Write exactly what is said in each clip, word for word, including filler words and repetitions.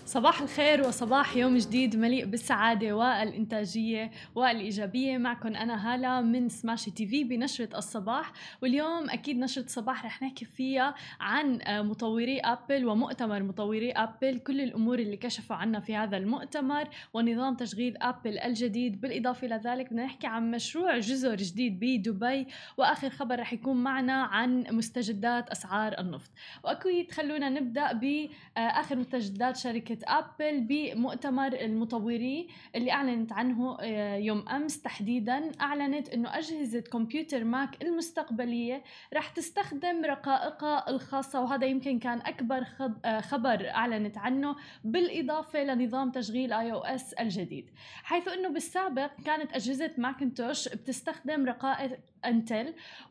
صباح الخير وصباح يوم جديد مليء بالسعادة والإنتاجية والإيجابية. معكم أنا هالة من سماشي تي في بنشرة الصباح. واليوم أكيد نشرة الصباح رح نحكي فيها عن مطوري أبل ومؤتمر مطوري أبل، كل الأمور اللي كشفوا عنها في هذا المؤتمر ونظام تشغيل أبل الجديد. بالإضافة إلى ذلك بدنا نحكي عن مشروع جزر جديد بدبي، وآخر خبر رح يكون معنا عن مستجدات أسعار النفط. وأكيد خلونا نبدأ بآخر مستجدات شركة أبل بمؤتمر المطوري اللي أعلنت عنه يوم أمس. تحديداً أعلنت أنه أجهزة كمبيوتر ماك المستقبلية رح تستخدم رقائقها الخاصة، وهذا يمكن كان أكبر خبر أعلنت عنه، بالإضافة لنظام تشغيل آي أو إس الجديد، حيث أنه بالسابق كانت أجهزة ماكنتوش بتستخدم رقائق انتل.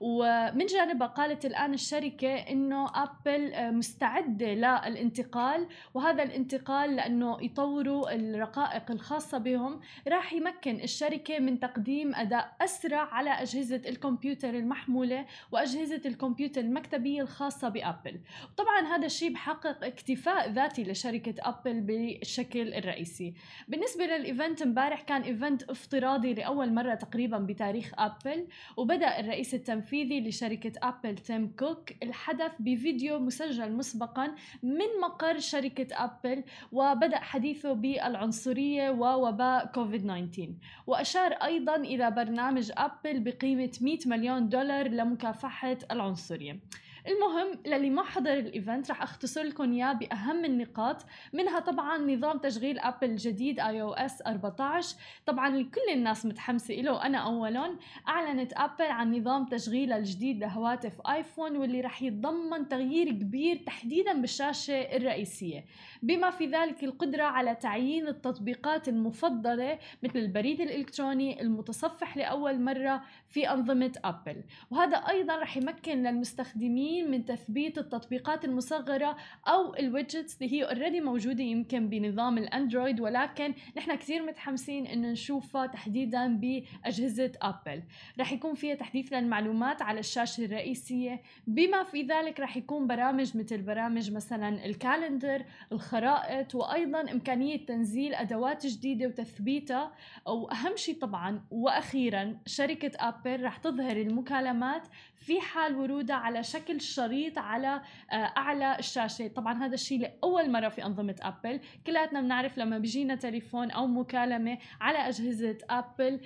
ومن جانبها قالت الآن الشركة أنه أبل مستعدة للانتقال، وهذا الانتقال لأنه يطوروا الرقائق الخاصة بهم راح يمكن الشركة من تقديم أداء أسرع على أجهزة الكمبيوتر المحمولة وأجهزة الكمبيوتر المكتبية الخاصة بأبل. طبعا هذا الشيء بحقق اكتفاء ذاتي لشركة أبل بالشكل الرئيسي. بالنسبة للإيفنت امبارح كان إيفنت افتراضي لأول مرة تقريبا بتاريخ أبل، وبدأ الرئيس التنفيذي لشركة أبل تيم كوك الحدث بفيديو مسجل مسبقا من مقر شركة أبل، وبدأ حديثه بالعنصرية ووباء كوفيد تسعة عشر، وأشار أيضا إلى برنامج أبل بقيمة مئة مليون دولار لمكافحة العنصرية. المهم للي ما حضر الإيفنت رح أختصر لكم إياه بأهم النقاط، منها طبعا نظام تشغيل أبل الجديد آي أو إس أربعة عشر، طبعا لكل الناس متحمسة له وأنا أولهم. أعلنت أبل عن نظام تشغيل الجديد لهواتف آيفون، واللي رح يتضمن تغيير كبير تحديدا بالشاشة الرئيسية، بما في ذلك القدرة على تعيين التطبيقات المفضلة مثل البريد الإلكتروني المتصفح لأول مرة في أنظمة أبل. وهذا أيضا رح يمكن للمستخدمين من تثبيت التطبيقات المصغرة أو الويدجتس اللي هي اوريدي موجودة يمكن بنظام الأندرويد، ولكن نحن كثير متحمسين إنه نشوفها تحديدا بأجهزة أبل. رح يكون فيها تحديث للمعلومات على الشاشة الرئيسية، بما في ذلك رح يكون برامج مثل برامج مثلا الكالندر، الخرائط، وأيضا إمكانية تنزيل أدوات جديدة وتثبيتها. وأهم شيء طبعا وأخيرا شركة أبل رح تظهر المكالمات في حال ورودها على شكل شريط على أعلى الشاشة. طبعا هذا الشيء لأول مرة في أنظمة أبل. كلاتنا بنعرف لما بيجينا تليفون أو مكالمة على أجهزة أبل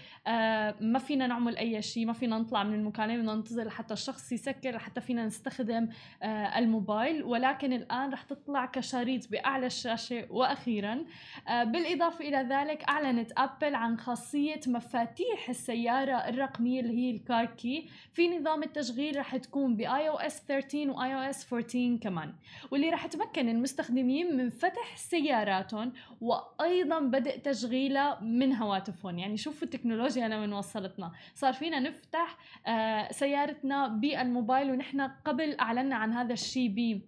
ما فينا نعمل أي شيء، ما فينا نطلع من المكالمة وننتظر لحتى الشخص يسكر لحتى فينا نستخدم الموبايل، ولكن الآن رح تطلع كشريط بأعلى الشاشة. وأخيرا بالإضافة إلى ذلك أعلنت أبل عن خاصية مفاتيح السيارة الرقمية اللي هي الكار كي في نظام التشغيل، رح تكون ب آي أو إس ثلاثة عشر و آي أو إس أربعة عشر كمان، واللي رح تمكن المستخدمين من فتح سياراتهم وأيضا بدء تشغيلها من هواتفهم. يعني شوفوا التكنولوجيا لمن وصلتنا، صار فينا نفتح سيارتنا بالموبايل، ونحن قبل أعلنا عن هذا الشيء ب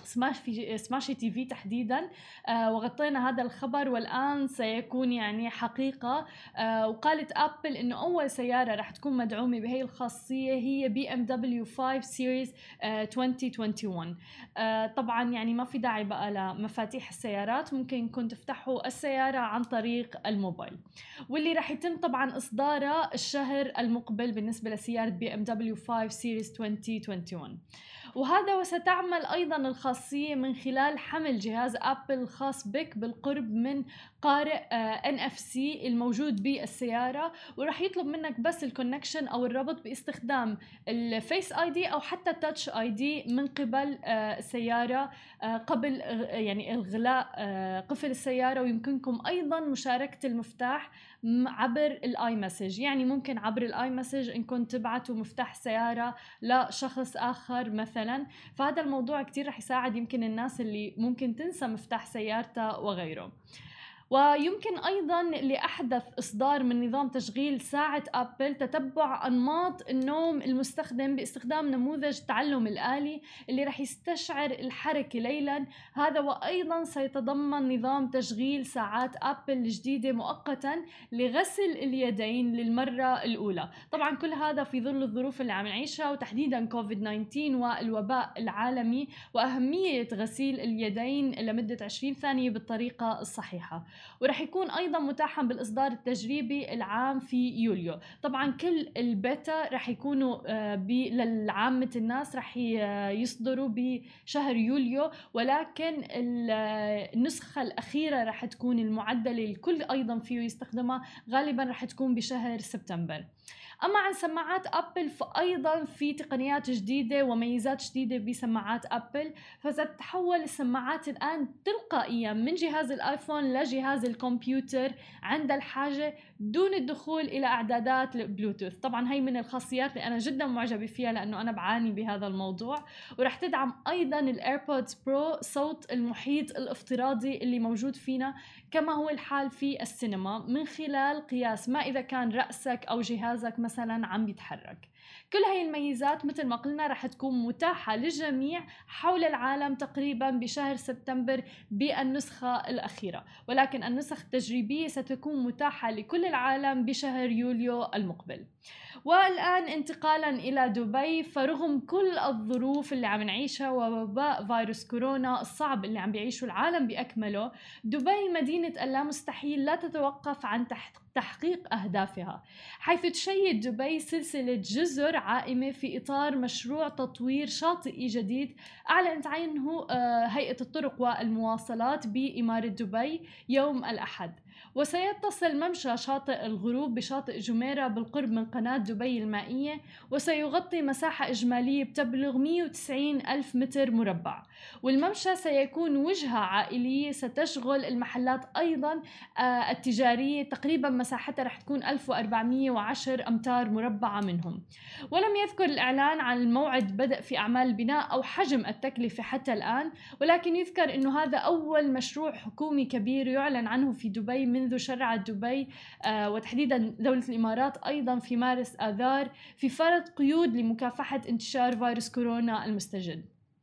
سماشي سماشي تي في تحديدا، آه وغطينا هذا الخبر والآن سيكون يعني حقيقة. آه وقالت أبل إنه أول سيارة رح تكون مدعومة بهي الخاصية هي بي إم دبليو خمسة سيريز آه ألفين وواحد وعشرين. آه طبعا يعني ما في داعي بقى لمفاتيح السيارات، ممكن كنت تفتحوا السيارة عن طريق الموبايل، واللي رح يتم طبعا إصدارها الشهر المقبل بالنسبة لسيارة بي إم دبليو خمسة سيريز ألفين وواحد وعشرين. وهذا وستعمل أيضا الخاصية من خلال حمل جهاز أبل الخاص بك بالقرب من قارئ إن إف سي الموجود بالسيارة، ورح يطلب منك بس الكونكشن أو الربط باستخدام الفيس آي دي أو حتى التاتش آي دي من قبل السيارة قبل يعني إغلاق قفل السيارة. ويمكنكم أيضا مشاركة المفتاح عبر الآي مسج، يعني ممكن عبر الآي مسج إنكم تبعتوا مفتاح سيارة لشخص آخر مثلا. فهذا الموضوع كتير رح يساعد يمكن الناس اللي ممكن تنسى مفتاح سيارتها وغيره. ويمكن أيضاً لأحدث إصدار من نظام تشغيل ساعة أبل تتبع أنماط النوم المستخدم باستخدام نموذج التعلم الآلي اللي رح يستشعر الحركة ليلاً. هذا وأيضاً سيتضمن نظام تشغيل ساعات أبل الجديدة مؤقتاً لغسل اليدين للمرة الأولى. طبعاً كل هذا في ظل الظروف اللي عم نعيشها، وتحديداً كوفيد تسعة عشر والوباء العالمي، وأهمية غسيل اليدين لمدة عشرين ثانية بالطريقة الصحيحة. ورح يكون أيضا متاحا بالإصدار التجريبي العام في يوليو. طبعا كل البيتا رح يكونوا للعامة الناس رح يصدروا بشهر يوليو، ولكن النسخة الأخيرة رح تكون المعدلة الكل أيضا فيه يستخدمها غالبا رح تكون بشهر سبتمبر. أما عن سماعات أبل فأيضاً في تقنيات جديدة وميزات جديدة بسماعات أبل، فستتحول السماعات الآن تلقائياً من جهاز الآيفون لجهاز الكمبيوتر عند الحاجة دون الدخول إلى إعدادات البلوتوث. طبعاً هي من الخاصيات اللي أنا جداً معجبة فيها لأنه أنا بعاني بهذا الموضوع. ورح تدعم أيضاً الإيربودز برو صوت المحيط الافتراضي اللي موجود فينا كما هو الحال في السينما من خلال قياس ما إذا كان رأسك أو جهازك مثلا عم يتحرك. كل هاي الميزات مثل ما قلنا رح تكون متاحة للجميع حول العالم تقريبا بشهر سبتمبر بالنسخة الأخيرة، ولكن النسخ التجريبية ستكون متاحة لكل العالم بشهر يوليو المقبل. والآن انتقالا إلى دبي، فرغم كل الظروف اللي عم نعيشها ووباء فيروس كورونا الصعب اللي عم بيعيشه العالم بأكمله، دبي مدينة اللامستحيل لا تتوقف عن تحقيق أهدافها، حيث تشيد دبي سلسلة جزر عائمة في إطار مشروع تطوير شاطئي جديد أعلنت عنه هيئة الطرق والمواصلات بإمارة دبي يوم الأحد. وسيتصل ممشى شاطئ الغروب بشاطئ جميرة بالقرب من قناة دبي المائية، وسيغطي مساحة إجمالية بتبلغ مئة وتسعين ألف متر مربع. والممشى سيكون وجهة عائلية ستشغل المحلات أيضا التجارية، تقريبا مساحتها رح تكون ألف وأربعمئة وعشرة أمتار مربعة منهم. ولم يذكر الإعلان عن الموعد بدء في أعمال البناء أو حجم التكلفة حتى الآن، ولكن يذكر أنه هذا أول مشروع حكومي كبير يعلن عنه في دبي منذ شرعت دبي آه وتحديدا دولة الإمارات أيضا في مارس آذار في فرض قيود لمكافحة انتشار فيروس كورونا المستجد.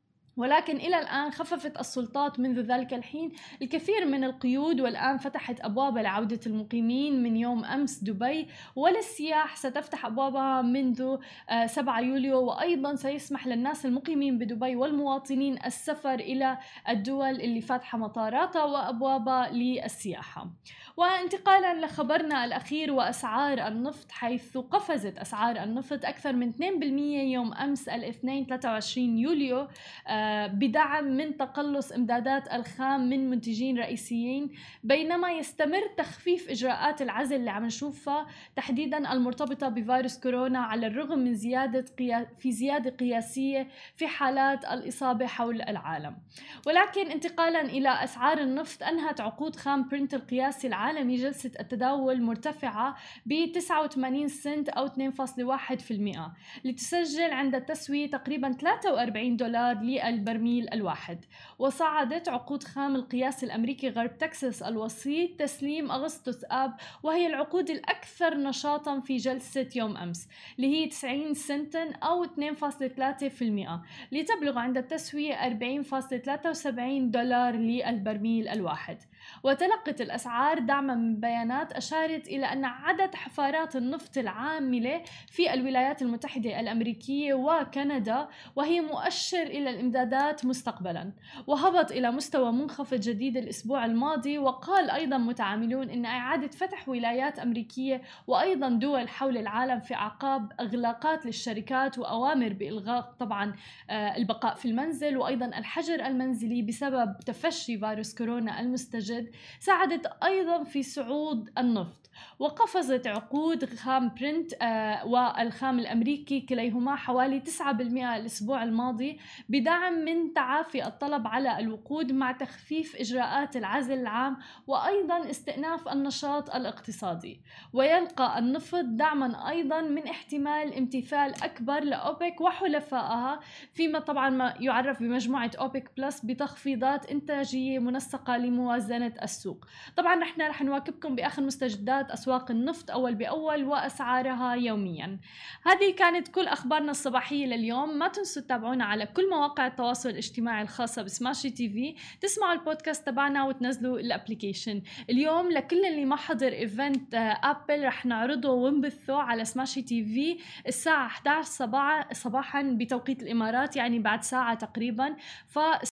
ولكن إلى الآن خففت السلطات منذ ذلك الحين الكثير من القيود، والآن فتحت أبواب لعودة المقيمين من يوم أمس دبي، وللسياح ستفتح أبوابها منذ سبعة يوليو، وأيضا سيسمح للناس المقيمين بدبي والمواطنين السفر إلى الدول اللي فاتحة مطاراتها وأبوابها للسياحة. وانتقالا لخبرنا الأخير وأسعار النفط، حيث قفزت أسعار النفط أكثر من اثنين بالمئة يوم أمس الاثنين ثلاثة وعشرين يوليو بدعم من تقلص إمدادات الخام من منتجين رئيسيين، بينما يستمر تخفيف إجراءات العزل اللي عم نشوفها تحديدا المرتبطة بفيروس كورونا، على الرغم من زيادة قيا... في زيادة قياسية في حالات الإصابة حول العالم. ولكن انتقالا إلى أسعار النفط، أنهت عقود خام برنت القياسي العالمي جلسة التداول مرتفعة ب تسعة وثمانين سنت أو اثنين فاصلة واحد بالمئة، لتسجل عند التسوية تقريبا ثلاثة وأربعين دولار للبرميل الواحد. وصعدت عقود خام القياس الأمريكي غرب تكساس الوسيط تسليم أغسطس آب، وهي العقود الأكثر نشاطا في جلسة يوم أمس، اللي هي تسعين سنتا أو اثنين فاصلة ثلاثة بالمئة، لتبلغ عند التسوية أربعين فاصلة ثلاثة وسبعين دولار للبرميل الواحد. وتلقت الأسعار دعما من بيانات أشارت إلى أن عدد حفارات النفط العاملة في الولايات المتحدة الأمريكية وكندا، وهي مؤشر إلى الإمدادات مستقبلا، وهبط إلى مستوى منخفض جديد الأسبوع الماضي. وقال أيضا متعاملون أن إعادة فتح ولايات أمريكية وأيضا دول حول العالم في أعقاب إغلاقات للشركات وأوامر بإلغاء طبعا البقاء في المنزل وأيضا الحجر المنزلي بسبب تفشي فيروس كورونا المستجد ساعدت أيضا في صعود النفط. وقفزت عقود خام برنت آه والخام الأمريكي كليهما حوالي تسعة بالمئة الأسبوع الماضي بدعم من تعافي الطلب على الوقود مع تخفيف إجراءات العزل العام، وأيضا استئناف النشاط الاقتصادي. ويلقى النفط دعما أيضا من احتمال امتثال أكبر لأوبك وحلفائها، فيما طبعا ما يعرف بمجموعة أوبك بلس، بتخفيضات إنتاجية منسقة لموازنة السوق. طبعا نحن رح نواكبكم بآخر مستجدات أسواق النفط أول بأول وأسعارها يوميا. هذه كانت كل أخبارنا الصباحية لليوم. ما تنسوا تتابعونا على كل مواقع التواصل الاجتماعي الخاصة بسماشي تي في، تسمعوا البودكاست تبعنا وتنزلوا الابليكيشن. اليوم لكل اللي ما حضر ايفنت ابل رح نعرضه ونبثه على سماشي تي في الساعة إحدى عشر صباحا بتوقيت الإمارات، يعني بعد ساعة تقريبا. ف